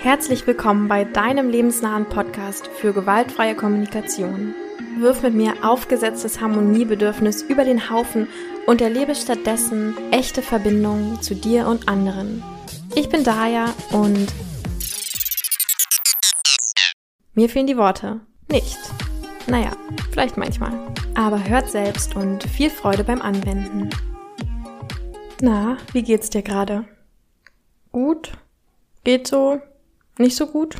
Herzlich willkommen bei deinem lebensnahen Podcast für gewaltfreie Kommunikation. Wirf mit mir aufgesetztes Harmoniebedürfnis über den Haufen und erlebe stattdessen echte Verbindungen zu dir und anderen. Ich bin Daya und mir fehlen die Worte. Nicht. Naja, vielleicht manchmal. Aber hört selbst und viel Freude beim Anwenden. Na, wie geht's dir gerade? Gut? Geht so? Nicht so gut?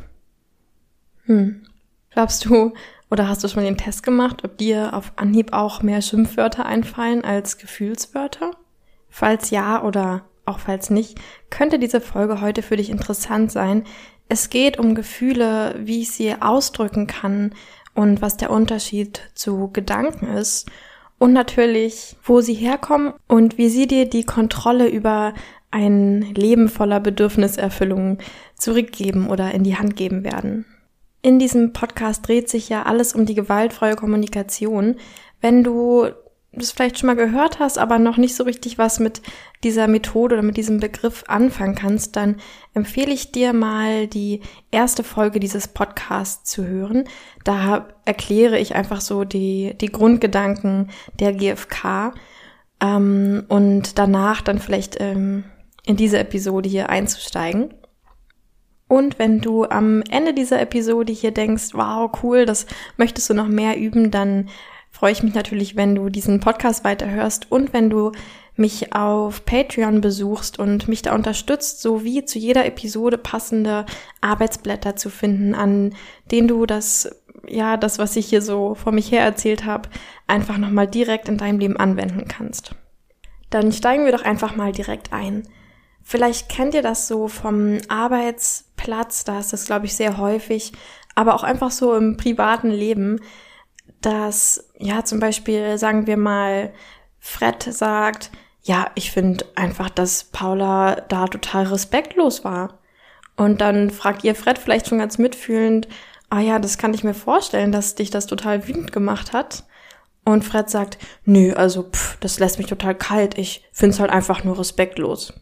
Glaubst du, oder hast du schon mal den Test gemacht, ob dir auf Anhieb auch mehr Schimpfwörter einfallen als Gefühlswörter? Falls ja oder auch falls nicht, könnte diese Folge heute für dich interessant sein. Es geht um Gefühle, wie ich sie ausdrücken kann und was der Unterschied zu Gedanken ist und natürlich, wo sie herkommen und wie sie dir die Kontrolle über ein Leben voller Bedürfniserfüllung zurückgeben oder in die Hand geben werden. In diesem Podcast dreht sich ja alles um die gewaltfreie Kommunikation. Wenn du das vielleicht schon mal gehört hast, aber noch nicht so richtig was mit dieser Methode oder mit diesem Begriff anfangen kannst, dann empfehle ich dir mal die erste Folge dieses Podcasts zu hören. Da erkläre ich einfach so die Grundgedanken der GfK und danach dann vielleicht in diese Episode hier einzusteigen. Und wenn du am Ende dieser Episode hier denkst, wow, cool, das möchtest du noch mehr üben, dann freue ich mich natürlich, wenn du diesen Podcast weiterhörst und wenn du mich auf Patreon besuchst und mich da unterstützt, sowie zu jeder Episode passende Arbeitsblätter zu finden, an denen du das, was ich hier so vor mich her erzählt habe, einfach nochmal direkt in deinem Leben anwenden kannst. Dann steigen wir doch einfach mal direkt ein. Vielleicht kennt ihr das so vom Arbeitsplatz, da ist das, glaube ich, sehr häufig, aber auch einfach so im privaten Leben, dass, zum Beispiel, sagen wir mal, Fred sagt, ich finde einfach, dass Paula da total respektlos war. Und dann fragt ihr Fred vielleicht schon ganz mitfühlend, das kann ich mir vorstellen, dass dich das total wütend gemacht hat. Und Fred sagt, nö, also das lässt mich total kalt, ich finde es halt einfach nur respektlos.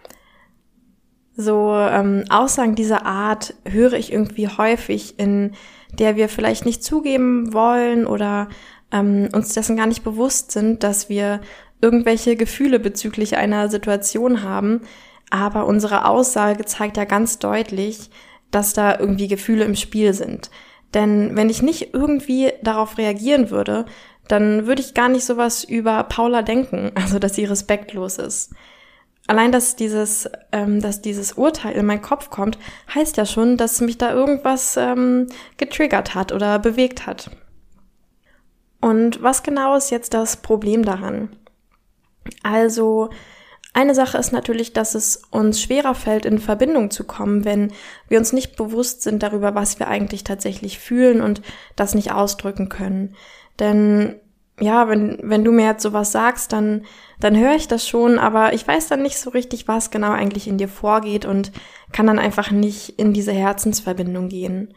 So Aussagen dieser Art höre ich irgendwie häufig, in der wir vielleicht nicht zugeben wollen oder uns dessen gar nicht bewusst sind, dass wir irgendwelche Gefühle bezüglich einer Situation haben. Aber unsere Aussage zeigt ja ganz deutlich, dass da irgendwie Gefühle im Spiel sind. Denn wenn ich nicht irgendwie darauf reagieren würde, dann würde ich gar nicht sowas über Paula denken, also dass sie respektlos ist. Allein, dass dieses Urteil in meinen Kopf kommt, heißt ja schon, dass mich da irgendwas getriggert hat oder bewegt hat. Und was genau ist jetzt das Problem daran? Also, eine Sache ist natürlich, dass es uns schwerer fällt, in Verbindung zu kommen, wenn wir uns nicht bewusst sind darüber, was wir eigentlich tatsächlich fühlen und das nicht ausdrücken können. Denn wenn du mir jetzt sowas sagst, dann höre ich das schon, aber ich weiß dann nicht so richtig, was genau eigentlich in dir vorgeht und kann dann einfach nicht in diese Herzensverbindung gehen.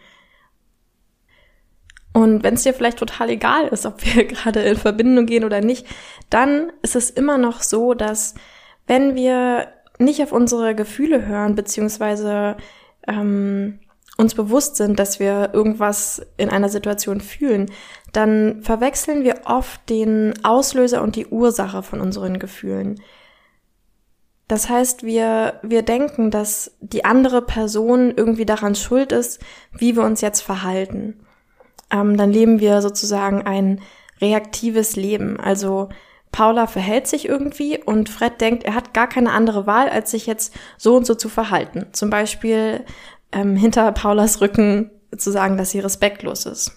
Und wenn es dir vielleicht total egal ist, ob wir gerade in Verbindung gehen oder nicht, dann ist es immer noch so, dass wenn wir nicht auf unsere Gefühle hören, beziehungsweise uns bewusst sind, dass wir irgendwas in einer Situation fühlen, dann verwechseln wir oft den Auslöser und die Ursache von unseren Gefühlen. Das heißt, wir denken, dass die andere Person irgendwie daran schuld ist, wie wir uns jetzt verhalten. Dann leben wir sozusagen ein reaktives Leben. Also Paula verhält sich irgendwie und Fred denkt, er hat gar keine andere Wahl, als sich jetzt so und so zu verhalten. Zum Beispiel hinter Paulas Rücken zu sagen, dass sie respektlos ist.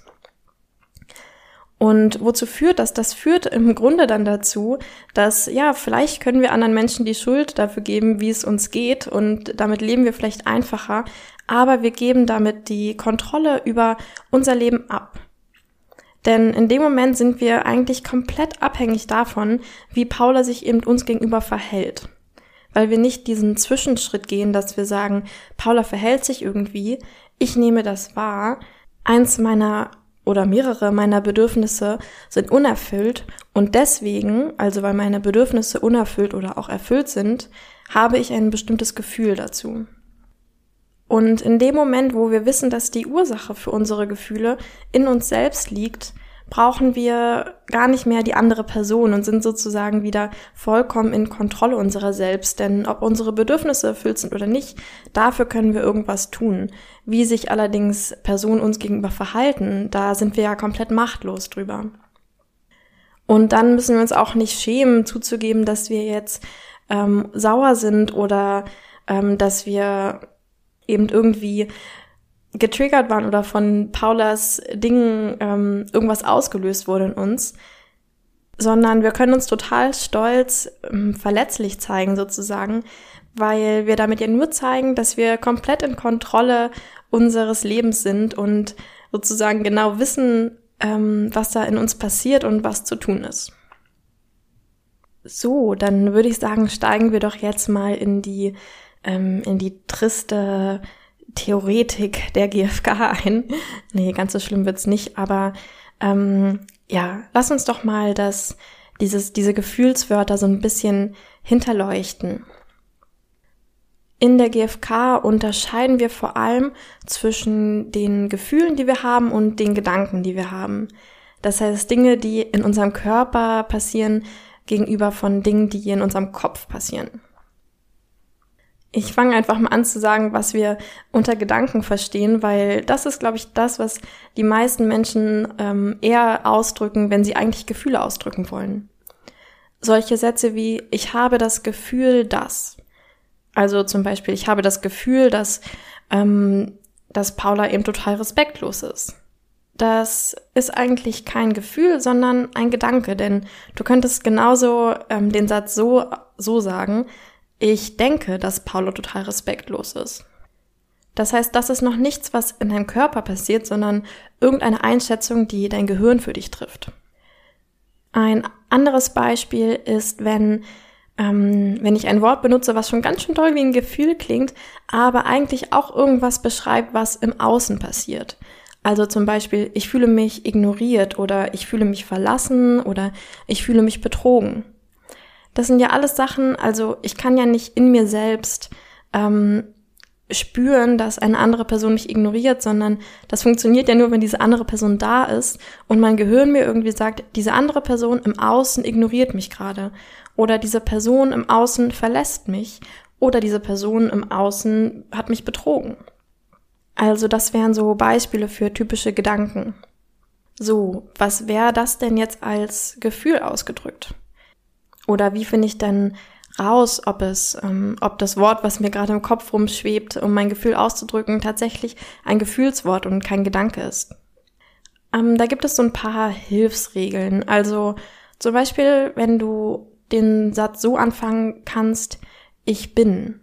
Und wozu führt das? Das führt im Grunde dann dazu, dass, vielleicht können wir anderen Menschen die Schuld dafür geben, wie es uns geht und damit leben wir vielleicht einfacher, aber wir geben damit die Kontrolle über unser Leben ab. Denn in dem Moment sind wir eigentlich komplett abhängig davon, wie Paula sich eben uns gegenüber verhält. Weil wir nicht diesen Zwischenschritt gehen, dass wir sagen, Paula verhält sich irgendwie, ich nehme das wahr, eins meiner oder mehrere meiner Bedürfnisse sind unerfüllt und deswegen, also weil meine Bedürfnisse unerfüllt oder auch erfüllt sind, habe ich ein bestimmtes Gefühl dazu. Und in dem Moment, wo wir wissen, dass die Ursache für unsere Gefühle in uns selbst liegt, brauchen wir gar nicht mehr die andere Person und sind sozusagen wieder vollkommen in Kontrolle unserer selbst. Denn ob unsere Bedürfnisse erfüllt sind oder nicht, dafür können wir irgendwas tun. Wie sich allerdings Personen uns gegenüber verhalten, da sind wir ja komplett machtlos drüber. Und dann müssen wir uns auch nicht schämen, zuzugeben, dass wir jetzt sauer sind oder dass wir eben irgendwie getriggert waren oder von Paulas Dingen irgendwas ausgelöst wurde in uns, sondern wir können uns total stolz, verletzlich zeigen sozusagen, weil wir damit ja nur zeigen, dass wir komplett in Kontrolle unseres Lebens sind und sozusagen genau wissen, was da in uns passiert und was zu tun ist. So, dann würde ich sagen, steigen wir doch jetzt mal in die triste Theoretik der GfK ein. Nee, ganz so schlimm wird's nicht, aber lass uns doch mal diese Gefühlswörter so ein bisschen hinterleuchten. In der GfK unterscheiden wir vor allem zwischen den Gefühlen, die wir haben, und den Gedanken, die wir haben. Das heißt, Dinge, die in unserem Körper passieren, gegenüber von Dingen, die in unserem Kopf passieren. Ich fange einfach mal an zu sagen, was wir unter Gedanken verstehen, weil das ist, glaube ich, das, was die meisten Menschen eher ausdrücken, wenn sie eigentlich Gefühle ausdrücken wollen. Solche Sätze wie, ich habe das Gefühl, dass. Also zum Beispiel, ich habe das Gefühl, dass Paula eben total respektlos ist. Das ist eigentlich kein Gefühl, sondern ein Gedanke, denn du könntest genauso den Satz so sagen, ich denke, dass Paula total respektlos ist. Das heißt, das ist noch nichts, was in deinem Körper passiert, sondern irgendeine Einschätzung, die dein Gehirn für dich trifft. Ein anderes Beispiel ist, wenn ich ein Wort benutze, was schon ganz schön toll wie ein Gefühl klingt, aber eigentlich auch irgendwas beschreibt, was im Außen passiert. Also zum Beispiel, ich fühle mich ignoriert oder ich fühle mich verlassen oder ich fühle mich betrogen. Das sind ja alles Sachen, also ich kann ja nicht in mir selbst spüren, dass eine andere Person mich ignoriert, sondern das funktioniert ja nur, wenn diese andere Person da ist und mein Gehirn mir irgendwie sagt, diese andere Person im Außen ignoriert mich gerade oder diese Person im Außen verlässt mich oder diese Person im Außen hat mich betrogen. Also das wären so Beispiele für typische Gedanken. So, was wäre das denn jetzt als Gefühl ausgedrückt? Oder wie finde ich denn raus, ob das Wort, was mir gerade im Kopf rumschwebt, um mein Gefühl auszudrücken, tatsächlich ein Gefühlswort und kein Gedanke ist? Da gibt es so ein paar Hilfsregeln. Also zum Beispiel, wenn du den Satz so anfangen kannst, ich bin.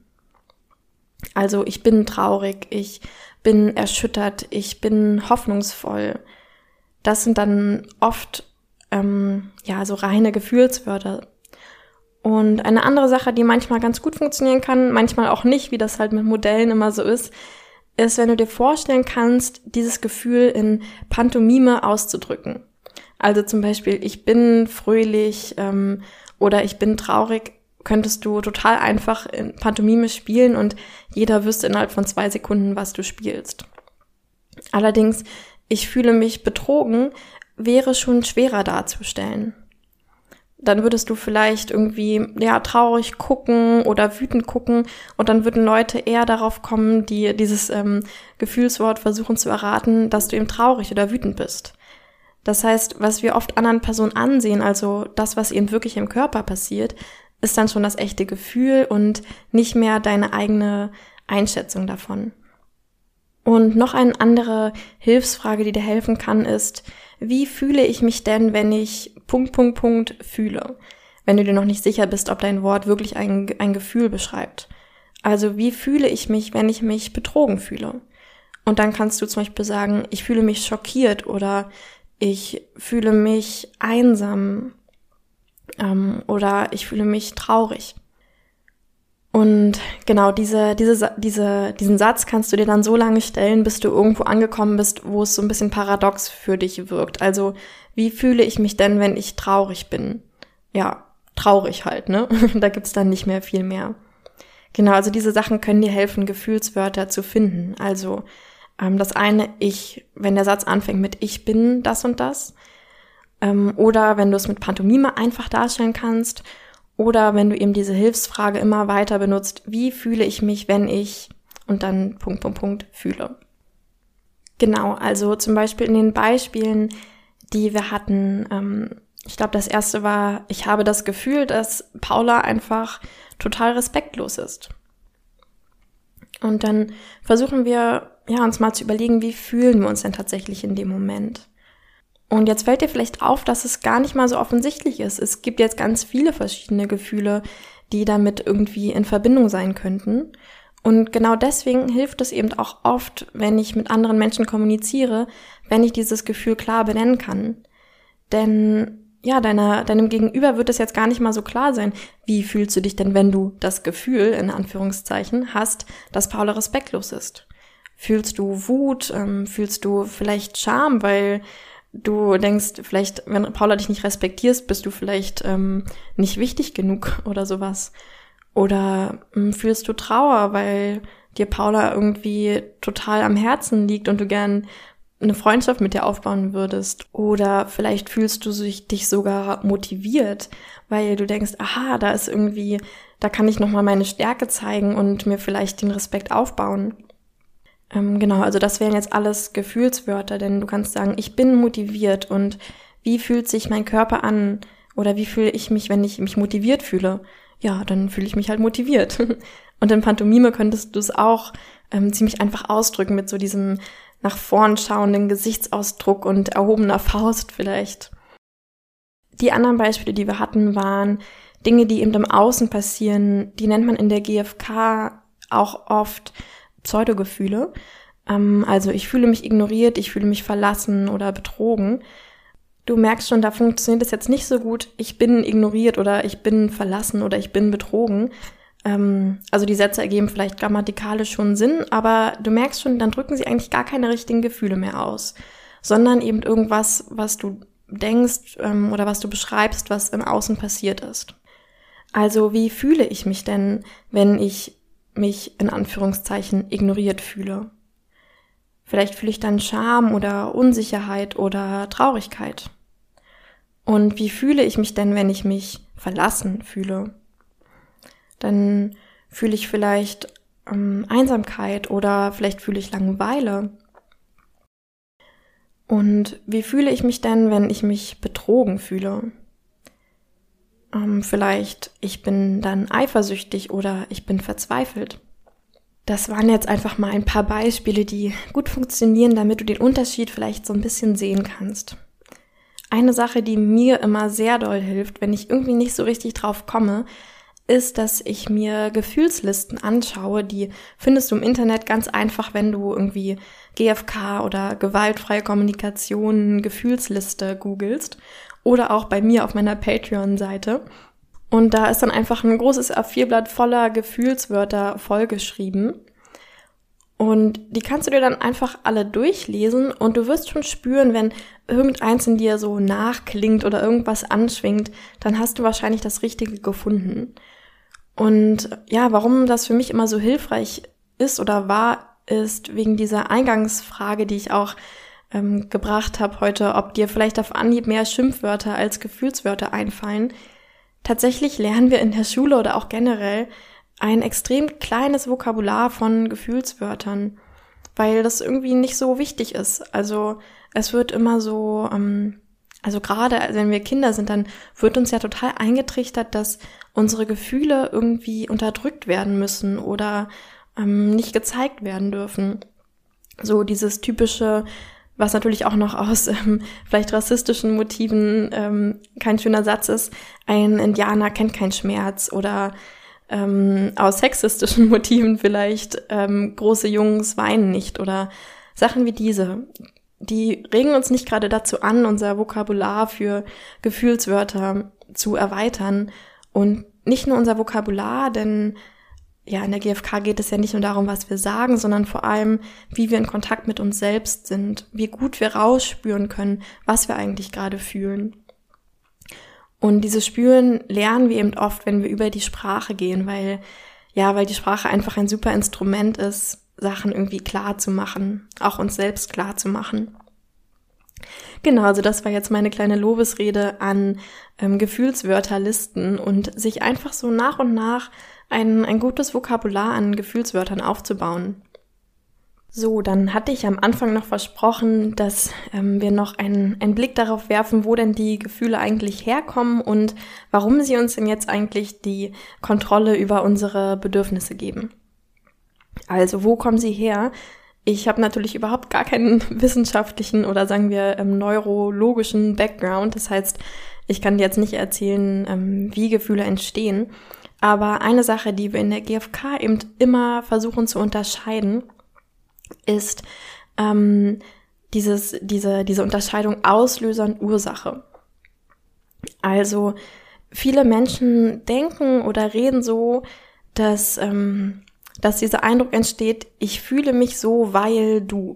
Also ich bin traurig, ich bin erschüttert, ich bin hoffnungsvoll. Das sind dann oft so reine Gefühlswörter. Und eine andere Sache, die manchmal ganz gut funktionieren kann, manchmal auch nicht, wie das halt mit Modellen immer so ist, wenn du dir vorstellen kannst, dieses Gefühl in Pantomime auszudrücken. Also zum Beispiel, ich bin fröhlich oder ich bin traurig, könntest du total einfach in Pantomime spielen und jeder wüsste innerhalb von 2 Sekunden, was du spielst. Allerdings, ich fühle mich betrogen, wäre schon schwerer darzustellen. Dann würdest du vielleicht irgendwie traurig gucken oder wütend gucken und dann würden Leute eher darauf kommen, die dieses Gefühlswort versuchen zu erraten, dass du eben traurig oder wütend bist. Das heißt, was wir oft anderen Personen ansehen, also das, was eben wirklich im Körper passiert, ist dann schon das echte Gefühl und nicht mehr deine eigene Einschätzung davon. Und noch eine andere Hilfsfrage, die dir helfen kann, ist, wie fühle ich mich denn, wenn ich ... fühle? Wenn du dir noch nicht sicher bist, ob dein Wort wirklich ein Gefühl beschreibt. Also wie fühle ich mich, wenn ich mich betrogen fühle? Und dann kannst du zum Beispiel sagen, ich fühle mich schockiert oder ich fühle mich einsam oder ich fühle mich traurig. Und genau diesen Satz kannst du dir dann so lange stellen, bis du irgendwo angekommen bist, wo es so ein bisschen paradox für dich wirkt. Also wie fühle ich mich denn, wenn ich traurig bin? Ja, traurig halt, ne? Da gibt's dann nicht mehr viel mehr. Genau, also diese Sachen können dir helfen, Gefühlswörter zu finden. Also das eine, wenn der Satz anfängt mit ich bin das und das, oder wenn du es mit Pantomime einfach darstellen kannst, oder wenn du eben diese Hilfsfrage immer weiter benutzt, wie fühle ich mich, wenn ich und dann ... fühle. Genau, also zum Beispiel in den Beispielen, die wir hatten, ich glaube, das erste war, ich habe das Gefühl, dass Paula einfach total respektlos ist. Und dann versuchen wir, uns mal zu überlegen, wie fühlen wir uns denn tatsächlich in dem Moment? Und jetzt fällt dir vielleicht auf, dass es gar nicht mal so offensichtlich ist. Es gibt jetzt ganz viele verschiedene Gefühle, die damit irgendwie in Verbindung sein könnten. Und genau deswegen hilft es eben auch oft, wenn ich mit anderen Menschen kommuniziere, wenn ich dieses Gefühl klar benennen kann. Denn deinem Gegenüber wird es jetzt gar nicht mal so klar sein, wie fühlst du dich denn, wenn du das Gefühl, in Anführungszeichen, hast, dass Paula respektlos ist? Fühlst du Wut? Fühlst du vielleicht Scham, weil du denkst, vielleicht, wenn Paula dich nicht respektierst, bist du vielleicht nicht wichtig genug oder sowas? Oder fühlst du Trauer, weil dir Paula irgendwie total am Herzen liegt und du gern eine Freundschaft mit dir aufbauen würdest? Oder vielleicht fühlst du dich sogar motiviert, weil du denkst, aha, da kann ich nochmal meine Stärke zeigen und mir vielleicht den Respekt aufbauen. Genau, also das wären jetzt alles Gefühlswörter, denn du kannst sagen, ich bin motiviert und wie fühlt sich mein Körper an? Oder wie fühle ich mich, wenn ich mich motiviert fühle? Ja, dann fühle ich mich halt motiviert. Und in Pantomime könntest du es auch ziemlich einfach ausdrücken mit so diesem nach vorn schauenden Gesichtsausdruck und erhobener Faust vielleicht. Die anderen Beispiele, die wir hatten, waren Dinge, die eben im Außen passieren. Die nennt man in der GfK auch oft Pseudogefühle. Also ich fühle mich ignoriert, ich fühle mich verlassen oder betrogen. Du merkst schon, da funktioniert es jetzt nicht so gut, ich bin ignoriert oder ich bin verlassen oder ich bin betrogen. Also die Sätze ergeben vielleicht grammatikalisch schon Sinn, aber du merkst schon, dann drücken sie eigentlich gar keine richtigen Gefühle mehr aus, sondern eben irgendwas, was du denkst oder was du beschreibst, was im Außen passiert ist. Also wie fühle ich mich denn, wenn ich mich in Anführungszeichen ignoriert fühle? Vielleicht fühle ich dann Scham oder Unsicherheit oder Traurigkeit. Und wie fühle ich mich denn, wenn ich mich verlassen fühle? Dann fühle ich vielleicht Einsamkeit oder vielleicht fühle ich Langeweile. Und wie fühle ich mich denn, wenn ich mich betrogen fühle? Vielleicht ich bin dann eifersüchtig oder ich bin verzweifelt. Das waren jetzt einfach mal ein paar Beispiele, die gut funktionieren, damit du den Unterschied vielleicht so ein bisschen sehen kannst. Eine Sache, die mir immer sehr doll hilft, wenn ich irgendwie nicht so richtig drauf komme, ist, dass ich mir Gefühlslisten anschaue. Die findest du im Internet ganz einfach, wenn du irgendwie GfK oder gewaltfreie Kommunikation Gefühlsliste googelst oder auch bei mir auf meiner Patreon-Seite. Und da ist dann einfach ein großes A4-Blatt voller Gefühlswörter vollgeschrieben. Und die kannst du dir dann einfach alle durchlesen und du wirst schon spüren, wenn irgendeins in dir so nachklingt oder irgendwas anschwingt, dann hast du wahrscheinlich das Richtige gefunden. Und ja, warum das für mich immer so hilfreich ist oder war, ist wegen dieser Eingangsfrage, die ich auch gebracht habe heute, ob dir vielleicht auf Anhieb mehr Schimpfwörter als Gefühlswörter einfallen. Tatsächlich lernen wir in der Schule oder auch generell ein extrem kleines Vokabular von Gefühlswörtern, weil das irgendwie nicht so wichtig ist. Also es wird immer so, also gerade wenn wir Kinder sind, dann wird uns ja total eingetrichtert, dass unsere Gefühle irgendwie unterdrückt werden müssen oder nicht gezeigt werden dürfen. So dieses typische, was natürlich auch noch aus vielleicht rassistischen Motiven kein schöner Satz ist, ein Indianer kennt keinen Schmerz oder aus sexistischen Motiven vielleicht große Jungs weinen nicht oder Sachen wie diese. Die regen uns nicht gerade dazu an, unser Vokabular für Gefühlswörter zu erweitern und nicht nur unser Vokabular, denn ja, in der GfK geht es ja nicht nur darum, was wir sagen, sondern vor allem, wie wir in Kontakt mit uns selbst sind, wie gut wir rausspüren können, was wir eigentlich gerade fühlen. Und dieses Spüren lernen wir eben oft, wenn wir über die Sprache gehen, weil Ja, weil die Sprache einfach ein super Instrument ist, Sachen irgendwie klar zu machen, auch uns selbst klar zu machen. Genau, also das war jetzt meine kleine Lobesrede an Gefühlswörterlisten und sich einfach so nach und nach ein gutes Vokabular an Gefühlswörtern aufzubauen. So, dann hatte ich am Anfang noch versprochen, dass wir noch einen Blick darauf werfen, wo denn die Gefühle eigentlich herkommen und warum sie uns denn jetzt eigentlich die Kontrolle über unsere Bedürfnisse geben. Also, wo kommen sie her? Ich habe natürlich überhaupt gar keinen wissenschaftlichen oder sagen wir neurologischen Background. Das heißt, ich kann dir jetzt nicht erzählen, wie Gefühle entstehen. Aber eine Sache, die wir in der GfK eben immer versuchen zu unterscheiden, ist diese Unterscheidung Auslöser und Ursache. Also viele Menschen denken oder reden so, dass dieser Eindruck entsteht, ich fühle mich so, weil du...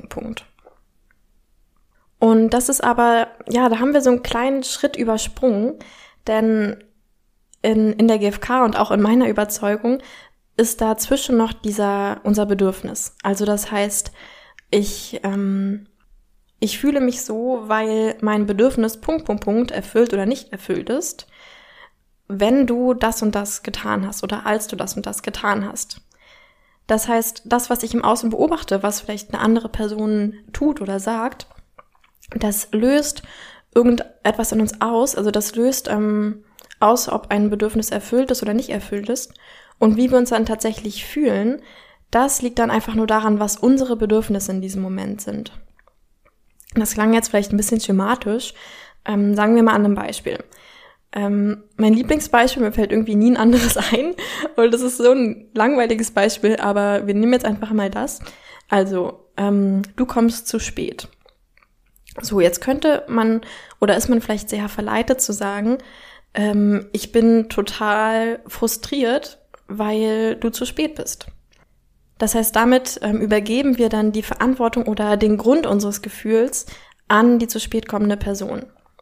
Und das ist aber, ja, da haben wir so einen kleinen Schritt übersprungen, denn in der GfK und auch in meiner Überzeugung ist dazwischen noch unser Bedürfnis. Also das heißt, ich fühle mich so, weil mein Bedürfnis ... erfüllt oder nicht erfüllt ist, wenn du das und das getan hast oder als du das und das getan hast. Das heißt, das, was ich im Außen beobachte, was vielleicht eine andere Person tut oder sagt, das löst irgendetwas in uns aus. Also das löst aus, ob ein Bedürfnis erfüllt ist oder nicht erfüllt ist. Und wie wir uns dann tatsächlich fühlen, das liegt dann einfach nur daran, was unsere Bedürfnisse in diesem Moment sind. Das klang jetzt vielleicht ein bisschen schematisch. Sagen wir mal an einem Beispiel. Mein Lieblingsbeispiel, mir fällt irgendwie nie ein anderes ein. Und das ist so ein langweiliges Beispiel, aber wir nehmen jetzt einfach mal das. Also, du kommst zu spät. So, jetzt könnte man, oder ist man vielleicht sehr verleitet zu sagen, ich bin total frustriert, weil du zu spät bist. Das heißt, damit übergeben wir dann die Verantwortung oder den Grund unseres Gefühls an die zu spät kommende Person.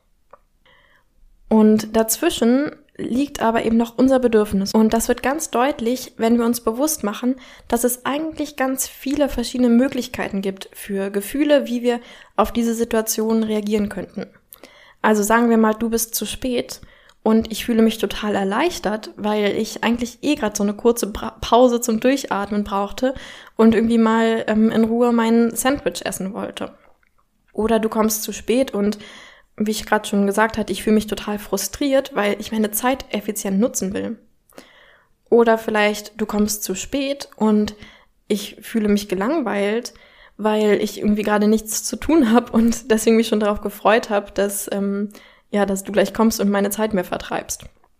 Und dazwischen liegt aber eben noch unser Bedürfnis. Und das wird ganz deutlich, wenn wir uns bewusst machen, dass es eigentlich ganz viele verschiedene Möglichkeiten gibt für Gefühle, wie wir auf diese Situation reagieren könnten. Also sagen wir mal, du bist zu spät und ich fühle mich total erleichtert, weil ich eigentlich gerade so eine kurze Pause zum Durchatmen brauchte und irgendwie mal in Ruhe mein Sandwich essen wollte. Oder du kommst zu spät und wie ich gerade schon gesagt hatte, ich fühle mich total frustriert, weil ich meine Zeit effizient nutzen will. Oder vielleicht du kommst zu spät und ich fühle mich gelangweilt, weil ich irgendwie gerade nichts zu tun habe und deswegen mich schon darauf gefreut habe, dass du gleich kommst und meine Zeit mehr vertreibst.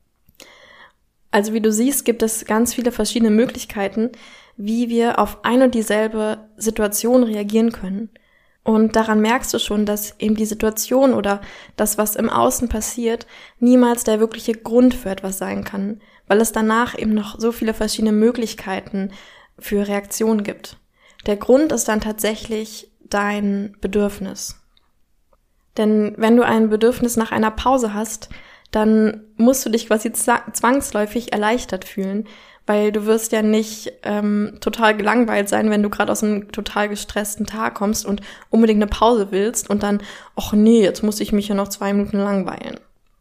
Also wie du siehst, gibt es ganz viele verschiedene Möglichkeiten, wie wir auf ein und dieselbe Situation reagieren können. Und daran merkst du schon, dass eben die Situation oder das, was im Außen passiert, niemals der wirkliche Grund für etwas sein kann, weil es danach eben noch so viele verschiedene Möglichkeiten für Reaktionen gibt. Der Grund ist dann tatsächlich dein Bedürfnis. Denn wenn du ein Bedürfnis nach einer Pause hast, dann musst du dich quasi zwangsläufig erleichtert fühlen, weil du wirst ja nicht total gelangweilt sein, wenn du gerade aus einem total gestressten Tag kommst und unbedingt eine Pause willst und dann, ach nee, jetzt muss ich mich ja noch 2 Minuten langweilen.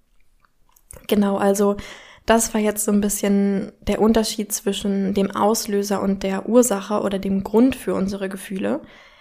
Genau, also das war jetzt so ein bisschen der Unterschied zwischen dem Auslöser und der Ursache oder dem Grund für unsere Gefühle,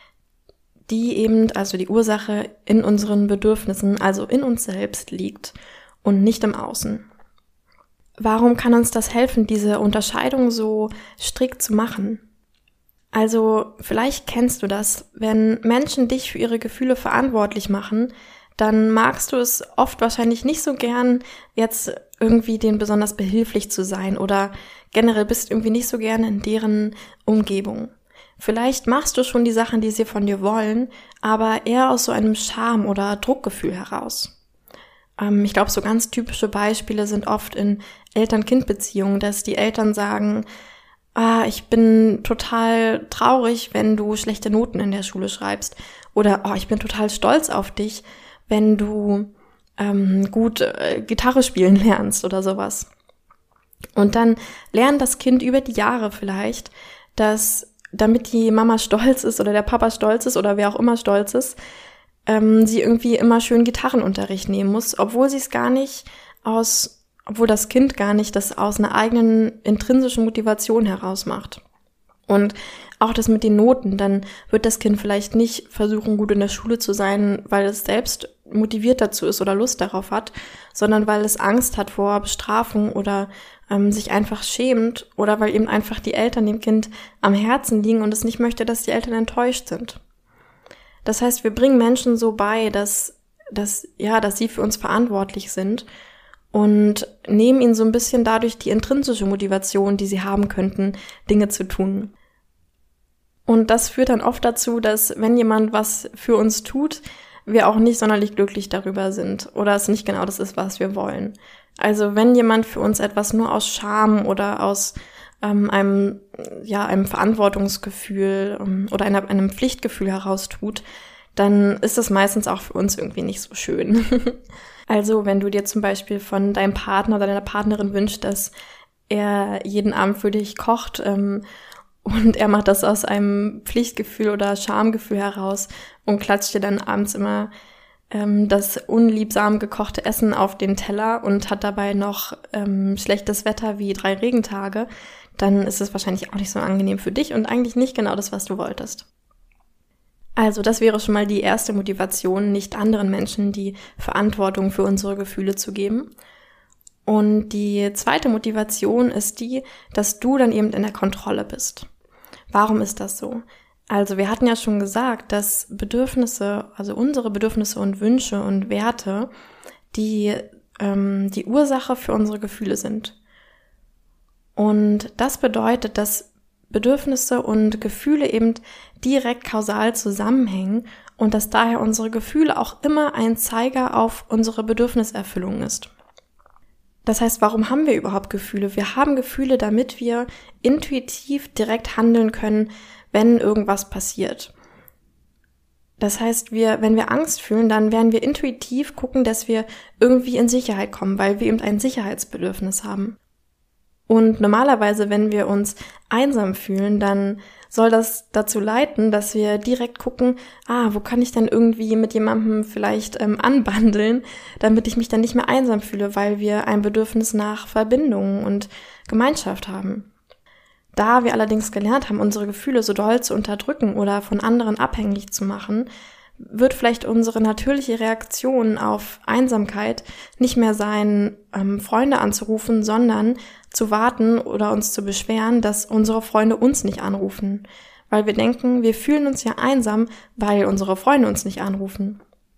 die eben, also die Ursache in unseren Bedürfnissen, also in uns selbst liegt und nicht im Außen. Warum kann uns das helfen, diese Unterscheidung so strikt zu machen? Also vielleicht kennst du das, wenn Menschen dich für ihre Gefühle verantwortlich machen, dann magst du es oft wahrscheinlich nicht so gern, jetzt irgendwie denen besonders behilflich zu sein oder generell bist irgendwie nicht so gern in deren Umgebung. Vielleicht machst du schon die Sachen, die sie von dir wollen, aber eher aus so einem Scham- oder Druckgefühl heraus. Ich glaube, so ganz typische Beispiele sind oft in Eltern-Kind-Beziehungen, dass die Eltern sagen, ich bin total traurig, wenn du schlechte Noten in der Schule schreibst. Oder ich bin total stolz auf dich, wenn du gut Gitarre spielen lernst oder sowas. Und dann lernt das Kind über die Jahre vielleicht, dass damit die Mama stolz ist oder der Papa stolz ist oder wer auch immer stolz ist, sie irgendwie immer schön Gitarrenunterricht nehmen muss, obwohl das Kind gar nicht das aus einer eigenen intrinsischen Motivation heraus macht. Und auch das mit den Noten, dann wird das Kind vielleicht nicht versuchen, gut in der Schule zu sein, weil es selbst motiviert dazu ist oder Lust darauf hat, sondern weil es Angst hat vor Bestrafung oder sich einfach schämt oder weil eben einfach die Eltern dem Kind am Herzen liegen und es nicht möchte, dass die Eltern enttäuscht sind. Das heißt, wir bringen Menschen so bei, dass sie für uns verantwortlich sind und nehmen ihnen so ein bisschen dadurch die intrinsische Motivation, die sie haben könnten, Dinge zu tun. Und das führt dann oft dazu, dass wenn jemand was für uns tut, wir auch nicht sonderlich glücklich darüber sind oder es nicht genau das ist, was wir wollen. Also wenn jemand für uns etwas nur aus Scham oder aus einem Verantwortungsgefühl oder einem Pflichtgefühl heraus tut, dann ist das meistens auch für uns irgendwie nicht so schön. Also wenn du dir zum Beispiel von deinem Partner oder deiner Partnerin wünschst, dass er jeden Abend für dich kocht und er macht das aus einem Pflichtgefühl oder Schamgefühl heraus und klatscht dir dann abends immer das unliebsam gekochte Essen auf den Teller und hat dabei noch schlechtes Wetter wie 3 Regentage, dann ist es wahrscheinlich auch nicht so angenehm für dich und eigentlich nicht genau das, was du wolltest. Also das wäre schon mal die erste Motivation, nicht anderen Menschen die Verantwortung für unsere Gefühle zu geben. Und die zweite Motivation ist die, dass du dann eben in der Kontrolle bist. Warum ist das so? Also wir hatten ja schon gesagt, dass Bedürfnisse, also unsere Bedürfnisse und Wünsche und Werte, die Ursache für unsere Gefühle sind. Und das bedeutet, dass Bedürfnisse und Gefühle eben direkt kausal zusammenhängen und dass daher unsere Gefühle auch immer ein Zeiger auf unsere Bedürfniserfüllung ist. Das heißt, warum haben wir überhaupt Gefühle? Wir haben Gefühle, damit wir intuitiv direkt handeln können, wenn irgendwas passiert. Das heißt, wenn wir Angst fühlen, dann werden wir intuitiv gucken, dass wir irgendwie in Sicherheit kommen, weil wir eben ein Sicherheitsbedürfnis haben. Und normalerweise, wenn wir uns einsam fühlen, dann soll das dazu leiten, dass wir direkt gucken, wo kann ich denn irgendwie mit jemandem vielleicht anbandeln, damit ich mich dann nicht mehr einsam fühle, weil wir ein Bedürfnis nach Verbindung und Gemeinschaft haben. Da wir allerdings gelernt haben, unsere Gefühle so doll zu unterdrücken oder von anderen abhängig zu machen, wird vielleicht unsere natürliche Reaktion auf Einsamkeit nicht mehr sein, Freunde anzurufen, sondern zu warten oder uns zu beschweren, dass unsere Freunde uns nicht anrufen. Weil wir denken, wir fühlen uns ja einsam, weil unsere Freunde uns nicht anrufen.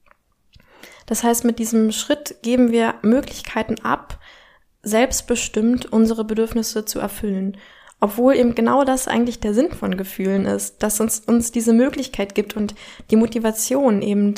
Das heißt, mit diesem Schritt geben wir Möglichkeiten ab, selbstbestimmt unsere Bedürfnisse zu erfüllen. Obwohl eben genau das eigentlich der Sinn von Gefühlen ist, dass uns diese Möglichkeit gibt und die Motivation eben,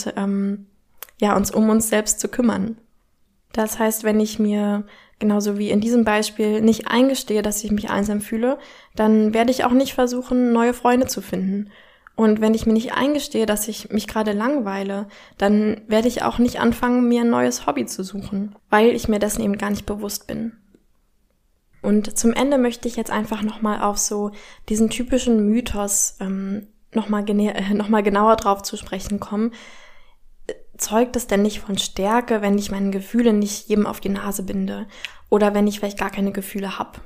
uns um uns selbst zu kümmern. Das heißt, wenn ich mir genauso wie in diesem Beispiel nicht eingestehe, dass ich mich einsam fühle, dann werde ich auch nicht versuchen, neue Freunde zu finden. Und wenn ich mir nicht eingestehe, dass ich mich gerade langweile, dann werde ich auch nicht anfangen, mir ein neues Hobby zu suchen, weil ich mir dessen eben gar nicht bewusst bin. Und zum Ende möchte ich jetzt einfach nochmal auf so diesen typischen Mythos nochmal genauer drauf zu sprechen kommen. Zeugt es denn nicht von Stärke, wenn ich meine Gefühle nicht jedem auf die Nase binde oder wenn ich vielleicht gar keine Gefühle habe?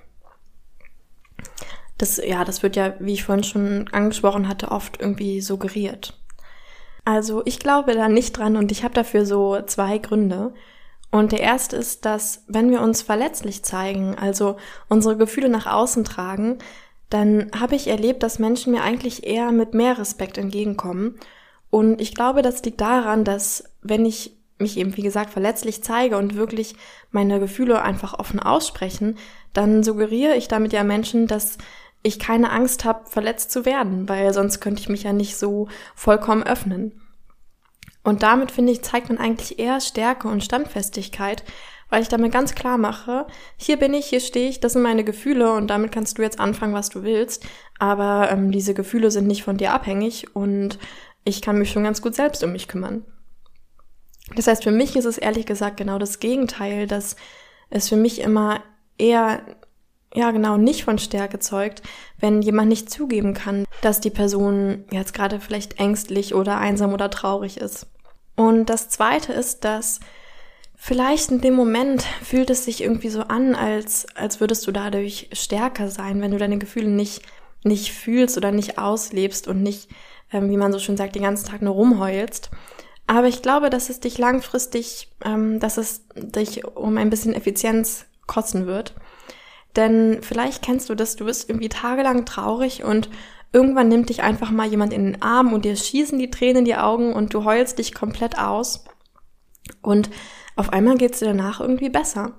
Das wird ja, wie ich vorhin schon angesprochen hatte, oft irgendwie suggeriert. Also ich glaube da nicht dran und ich habe dafür so 2 Gründe. Und der erste ist, dass wenn wir uns verletzlich zeigen, also unsere Gefühle nach außen tragen, dann habe ich erlebt, dass Menschen mir eigentlich eher mit mehr Respekt entgegenkommen. Und ich glaube, das liegt daran, dass wenn ich mich eben, wie gesagt, verletzlich zeige und wirklich meine Gefühle einfach offen aussprechen, dann suggeriere ich damit ja Menschen, dass ich keine Angst habe, verletzt zu werden, weil sonst könnte ich mich ja nicht so vollkommen öffnen. Und damit, finde ich, zeigt man eigentlich eher Stärke und Standfestigkeit, weil ich damit ganz klar mache, hier bin ich, hier stehe ich, das sind meine Gefühle und damit kannst du jetzt anfangen, was du willst, aber diese Gefühle sind nicht von dir abhängig und ich kann mich schon ganz gut selbst um mich kümmern. Das heißt, für mich ist es ehrlich gesagt genau das Gegenteil, dass es für mich immer eher nicht von Stärke zeugt, wenn jemand nicht zugeben kann, dass die Person jetzt gerade vielleicht ängstlich oder einsam oder traurig ist. Und das Zweite ist, dass vielleicht in dem Moment fühlt es sich irgendwie so an, als würdest du dadurch stärker sein, wenn du deine Gefühle nicht fühlst oder nicht auslebst und nicht, wie man so schön sagt, den ganzen Tag nur rumheulst. Aber ich glaube, dass es dich langfristig, dass es dich um ein bisschen Effizienz kosten wird. Denn vielleicht kennst du das, du bist irgendwie tagelang traurig und irgendwann nimmt dich einfach mal jemand in den Arm und dir schießen die Tränen in die Augen und du heulst dich komplett aus. Und auf einmal geht es dir danach irgendwie besser.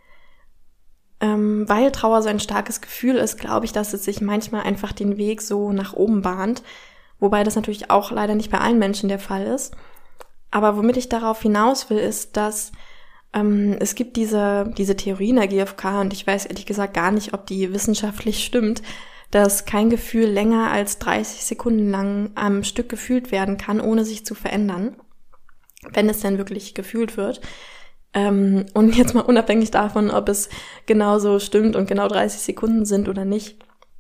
Weil Trauer so ein starkes Gefühl ist, glaube ich, dass es sich manchmal einfach den Weg so nach oben bahnt. Wobei das natürlich auch leider nicht bei allen Menschen der Fall ist. Aber womit ich darauf hinaus will, ist, dass es gibt diese Theorie in der GfK und ich weiß ehrlich gesagt gar nicht, ob die wissenschaftlich stimmt, dass kein Gefühl länger als 30 Sekunden lang am Stück gefühlt werden kann, ohne sich zu verändern, wenn es denn wirklich gefühlt wird. Und jetzt mal unabhängig davon, ob es genauso stimmt und genau 30 Sekunden sind oder nicht,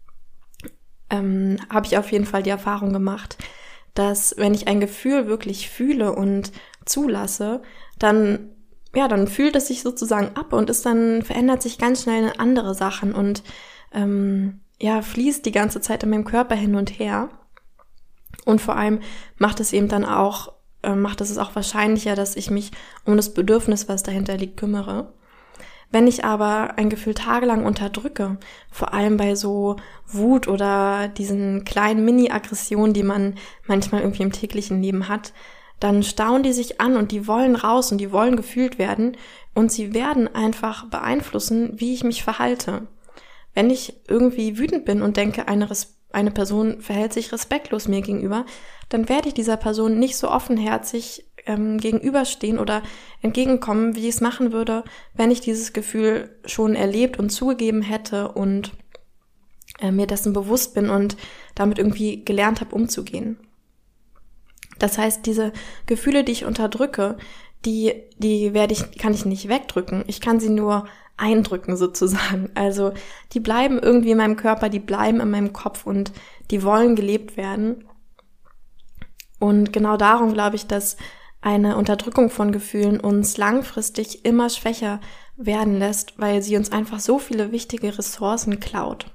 habe ich auf jeden Fall die Erfahrung gemacht, dass wenn ich ein Gefühl wirklich fühle und zulasse, dann fühlt es sich sozusagen ab und dann verändert sich ganz schnell in andere Sachen und fließt die ganze Zeit in meinem Körper hin und her. Und vor allem macht es auch wahrscheinlicher, dass ich mich um das Bedürfnis, was dahinter liegt, kümmere. Wenn ich aber ein Gefühl tagelang unterdrücke, vor allem bei so Wut oder diesen kleinen Mini-Aggressionen, die man manchmal irgendwie im täglichen Leben hat, dann stauen die sich an und die wollen raus und die wollen gefühlt werden und sie werden einfach beeinflussen, wie ich mich verhalte. Wenn ich irgendwie wütend bin und denke, eine Person verhält sich respektlos mir gegenüber, dann werde ich dieser Person nicht so offenherzig gegenüberstehen oder entgegenkommen, wie ich es machen würde, wenn ich dieses Gefühl schon erlebt und zugegeben hätte und mir dessen bewusst bin und damit irgendwie gelernt habe, umzugehen. Das heißt, diese Gefühle, die ich unterdrücke, kann ich nicht wegdrücken. Ich kann sie nur eindrücken sozusagen. Also die bleiben irgendwie in meinem Körper, die bleiben in meinem Kopf und die wollen gelebt werden. Und genau darum glaube ich, dass eine Unterdrückung von Gefühlen uns langfristig immer schwächer werden lässt, weil sie uns einfach so viele wichtige Ressourcen klaut.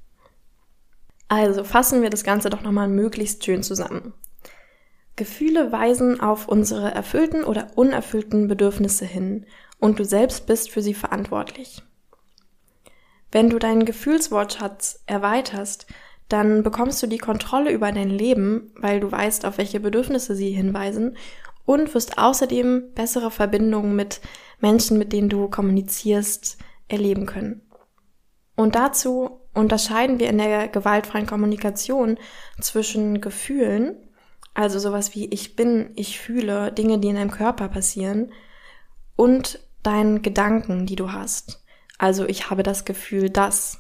Also fassen wir das Ganze doch nochmal möglichst schön zusammen. Gefühle weisen auf unsere erfüllten oder unerfüllten Bedürfnisse hin und du selbst bist für sie verantwortlich. Wenn du deinen Gefühlswortschatz erweiterst, dann bekommst du die Kontrolle über dein Leben, weil du weißt, auf welche Bedürfnisse sie hinweisen und wirst außerdem bessere Verbindungen mit Menschen, mit denen du kommunizierst, erleben können. Und dazu unterscheiden wir in der gewaltfreien Kommunikation zwischen Gefühlen, also sowas wie ich bin, ich fühle, Dinge, die in deinem Körper passieren, und deinen Gedanken, die du hast. Also ich habe das Gefühl, dass.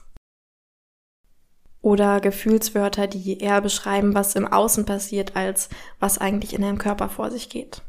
Oder Gefühlswörter, die eher beschreiben, was im Außen passiert, als was eigentlich in deinem Körper vor sich geht.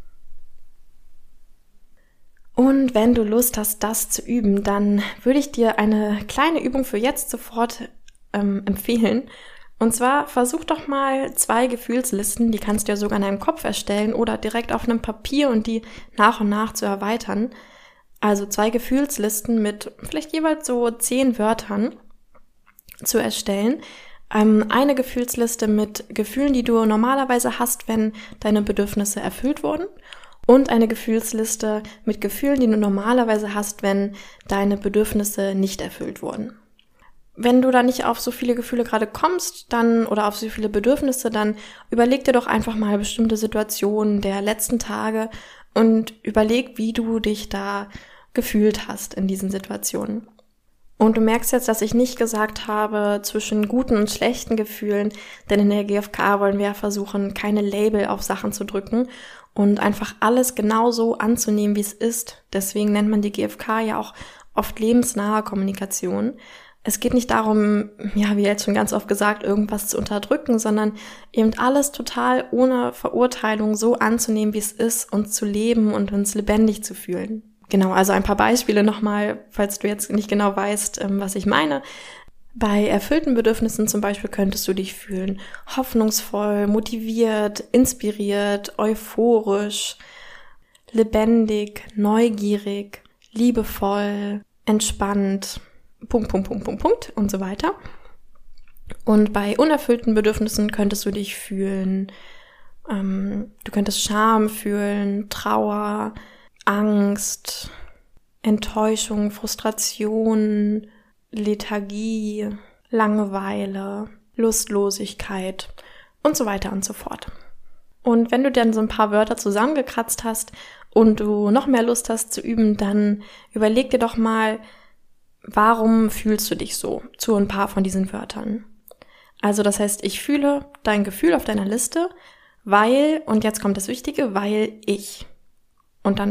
Und wenn du Lust hast, das zu üben, dann würde ich dir eine kleine Übung für jetzt sofort empfehlen. Und zwar versuch doch mal 2 Gefühlslisten, die kannst du ja sogar in deinem Kopf erstellen oder direkt auf einem Papier und die nach und nach zu erweitern. Also 2 Gefühlslisten mit vielleicht jeweils so 10 Wörtern zu erstellen. Eine Gefühlsliste mit Gefühlen, die du normalerweise hast, wenn deine Bedürfnisse erfüllt wurden. Und eine Gefühlsliste mit Gefühlen, die du normalerweise hast, wenn deine Bedürfnisse nicht erfüllt wurden. Wenn du da nicht auf so viele Gefühle gerade kommst, oder auf so viele Bedürfnisse, dann überleg dir doch einfach mal bestimmte Situationen der letzten Tage und überleg, wie du dich da gefühlt hast in diesen Situationen. Und du merkst jetzt, dass ich nicht gesagt habe zwischen guten und schlechten Gefühlen, denn in der GfK wollen wir ja versuchen, keine Label auf Sachen zu drücken und einfach alles genauso anzunehmen, wie es ist. Deswegen nennt man die GfK ja auch oft lebensnahe Kommunikation. Es geht nicht darum, wie jetzt schon ganz oft gesagt, irgendwas zu unterdrücken, sondern eben alles total ohne Verurteilung so anzunehmen, wie es ist und zu leben und uns lebendig zu fühlen. Genau, also ein paar Beispiele nochmal, falls du jetzt nicht genau weißt, was ich meine. Bei erfüllten Bedürfnissen zum Beispiel könntest du dich fühlen hoffnungsvoll, motiviert, inspiriert, euphorisch, lebendig, neugierig, liebevoll, entspannt, ... und so weiter. Und bei unerfüllten Bedürfnissen könntest du dich fühlen, du könntest Scham fühlen, Trauer, Angst, Enttäuschung, Frustration, Lethargie, Langeweile, Lustlosigkeit und so weiter und so fort. Und wenn du dann so ein paar Wörter zusammengekratzt hast und du noch mehr Lust hast zu üben, dann überleg dir doch mal, warum fühlst du dich so zu ein paar von diesen Wörtern. Also das heißt, ich fühle dein Gefühl auf deiner Liste, weil, und jetzt kommt das Wichtige, weil ich. Und dann ...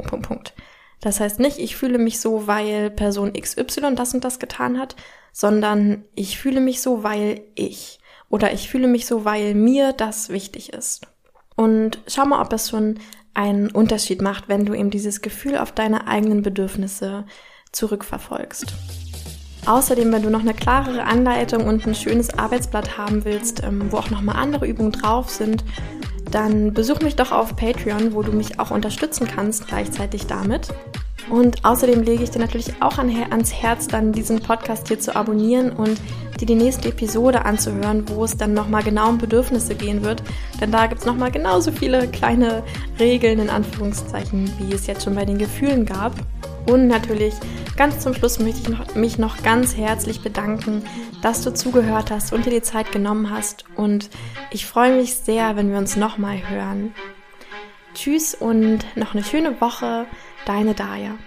Das heißt nicht, ich fühle mich so, weil Person XY das und das getan hat, sondern ich fühle mich so, weil ich. Oder ich fühle mich so, weil mir das wichtig ist. Und schau mal, ob das schon einen Unterschied macht, wenn du eben dieses Gefühl auf deine eigenen Bedürfnisse zurückverfolgst. Außerdem, wenn du noch eine klarere Anleitung und ein schönes Arbeitsblatt haben willst, wo auch nochmal andere Übungen drauf sind, dann besuch mich doch auf Patreon, wo du mich auch unterstützen kannst gleichzeitig damit. Und außerdem lege ich dir natürlich auch ans Herz, dann diesen Podcast hier zu abonnieren und dir die nächste Episode anzuhören, wo es dann nochmal genau um Bedürfnisse gehen wird. Denn da gibt es nochmal genauso viele kleine Regeln in Anführungszeichen, wie es jetzt schon bei den Gefühlen gab. Und natürlich ganz zum Schluss möchte ich mich noch ganz herzlich bedanken, dass du zugehört hast und dir die Zeit genommen hast. Und ich freue mich sehr, wenn wir uns nochmal hören. Tschüss und noch eine schöne Woche. Deine Daja.